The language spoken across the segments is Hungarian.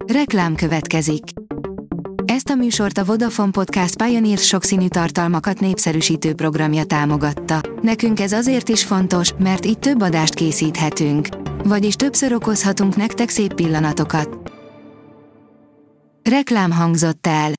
Reklám következik. Ezt a műsort a Vodafone Podcast Pioneer sokszínű tartalmakat népszerűsítő programja támogatta. Nekünk ez azért is fontos, mert így több adást készíthetünk. Vagyis többször okozhatunk nektek szép pillanatokat. Reklám hangzott el.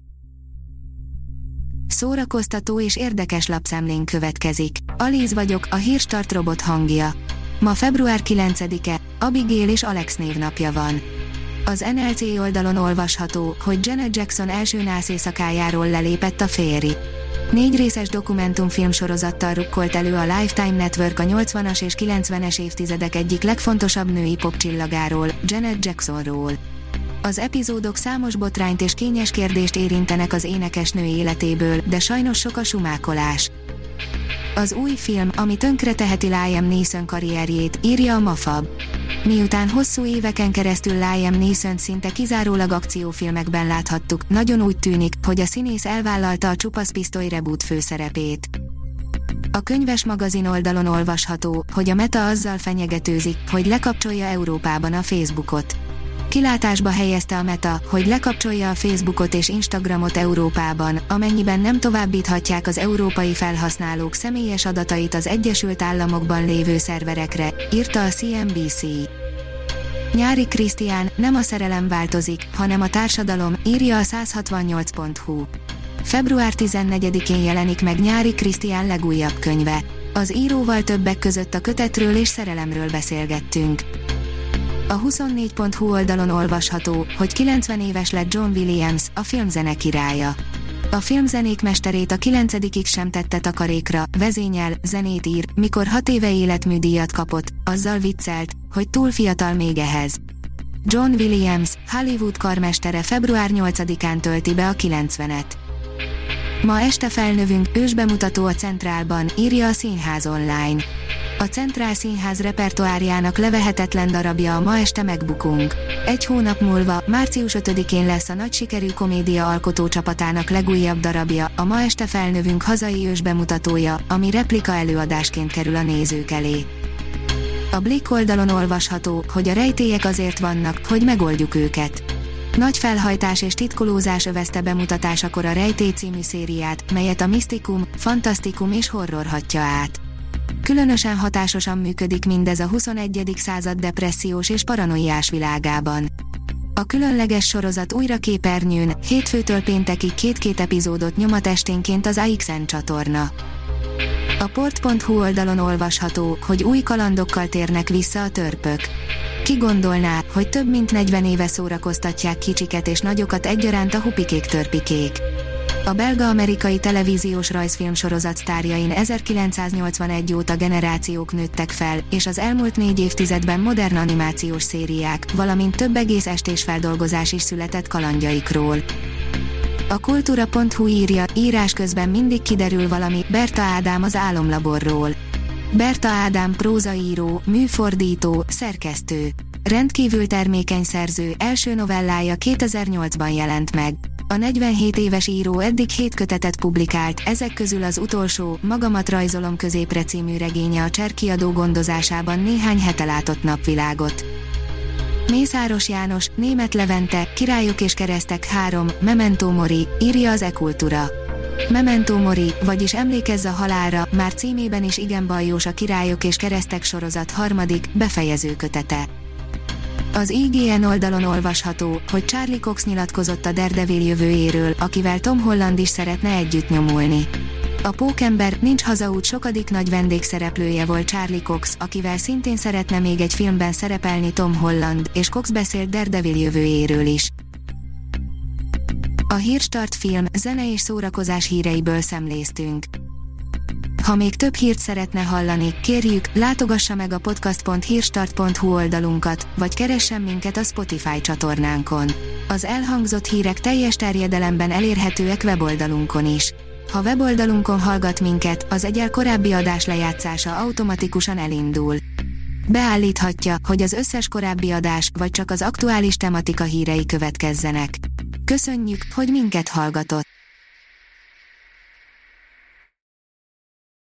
Szórakoztató és érdekes lapszemlén következik. Alíz vagyok, a Hírstart robot hangja. Ma február 9-e, Abigail és Alex névnapja van. Az NLC oldalon olvasható, hogy Janet Jackson első nász éjszakájáról lelépett a férj. 4 részes dokumentumfilm sorozattal rukkolt elő a Lifetime Network a 80-as és 90-es évtizedek egyik legfontosabb női popcsillagáról, Janet Jacksonról. Az epizódok számos botrányt és kényes kérdést érintenek az énekesnő életéből, de sajnos sok a sumákolás. Az új film, ami tönkreteheti Liam Neeson karrierjét, írja a Mafab. Miután hosszú éveken keresztül Liam Neesont szinte kizárólag akciófilmekben láthattuk, nagyon úgy tűnik, hogy a színész elvállalta a Csupasz Pisztoly reboot főszerepét. A könyves magazin oldalon olvasható, hogy a Meta azzal fenyegetőzik, hogy lekapcsolja Európában a Facebookot. Kilátásba helyezte a Meta, hogy lekapcsolja a Facebookot és Instagramot Európában, amennyiben nem továbbíthatják az európai felhasználók személyes adatait az Egyesült Államokban lévő szerverekre, írta a CNBC. Nyári Krisztián, nem a szerelem változik, hanem a társadalom, írja a 168.hu. Február 14-én jelenik meg Nyári Krisztián legújabb könyve. Az íróval többek között a kötetről és szerelemről beszélgettünk. A 24.hu oldalon olvasható, hogy 90 éves lett John Williams, a filmzene királya. A filmzenék mesterét a 9-ig sem tette takarékra, vezényel, zenét ír, mikor 6 éve életműdíjat kapott, azzal viccelt, hogy túl fiatal még ehhez. John Williams, Hollywood karmestere február 8-án tölti be a 90-et. Ma este felnövünk, ősbemutató a Centrálban, írja a Színház online. A Centrál Színház repertoárjának levehetetlen darabja a Ma este megbukunk. 1 hónap múlva, március 5-én lesz a nagy sikerű komédia alkotócsapatának legújabb darabja, a Ma este felnövünk hazai ősbemutatója, ami replika előadásként kerül a nézők elé. A Blick oldalon olvasható, hogy a rejtélyek azért vannak, hogy megoldjuk őket. Nagy felhajtás és titkolózás övezte bemutatásakor a Rejtély című szériát, melyet a misztikum, fantasztikum és horror hatja át. Különösen hatásosan működik mindez a 21. század depressziós és paranoiás világában. A különleges sorozat újra képernyőn, hétfőtől péntekig 2 epizódot nyomat esténként az AXN csatorna. A port.hu oldalon olvasható, hogy új kalandokkal térnek vissza a törpök. Ki gondolná, hogy több mint 40 éve szórakoztatják kicsiket és nagyokat egyaránt a hupikék-törpikék. A belga-amerikai televíziós rajzfilmsorozat sztárjain 1981 óta generációk nőttek fel, és az elmúlt 4 évtizedben modern animációs szériák, valamint több egész estés feldolgozás is született kalandjaikról. A kultúra.hu írja, írás közben mindig kiderül valami, Berta Ádám az Álomlaborról. Berta Ádám prózaíró, műfordító, szerkesztő. Rendkívül termékeny szerző, első novellája 2008-ban jelent meg. A 47 éves író eddig 7 kötetet publikált, ezek közül az utolsó, Magamat rajzolom középre című regénye a Cser kiadó gondozásában néhány hete látott napvilágot. Mészáros János, Németh Levente, Királyok és keresztek 3, Memento Mori, írja az E-Kultúra. Memento Mori, vagyis Emlékezz a halálra, már címében is igen bajós a Királyok és keresztek sorozat harmadik, befejező kötete. Az IGN oldalon olvasható, hogy Charlie Cox nyilatkozott a Daredevil jövőjéről, akivel Tom Holland is szeretne együtt nyomulni. A Pókember, Nincs hazaút sokadik nagy vendégszereplője volt Charlie Cox, akivel szintén szeretne még egy filmben szerepelni Tom Holland, és Cox beszélt Daredevil jövőjéről is. A Hírstart film, zene és szórakozás híreiből szemléztünk. Ha még több hírt szeretne hallani, kérjük, látogassa meg a podcast.hírstart.hu oldalunkat, vagy keressen minket a Spotify csatornánkon. Az elhangzott hírek teljes terjedelemben elérhetőek weboldalunkon is. Ha weboldalunkon hallgat minket, az egyel korábbi adás lejátszása automatikusan elindul. Beállíthatja, hogy az összes korábbi adás, vagy csak az aktuális tematika hírei következzenek. Köszönjük, hogy minket hallgatott!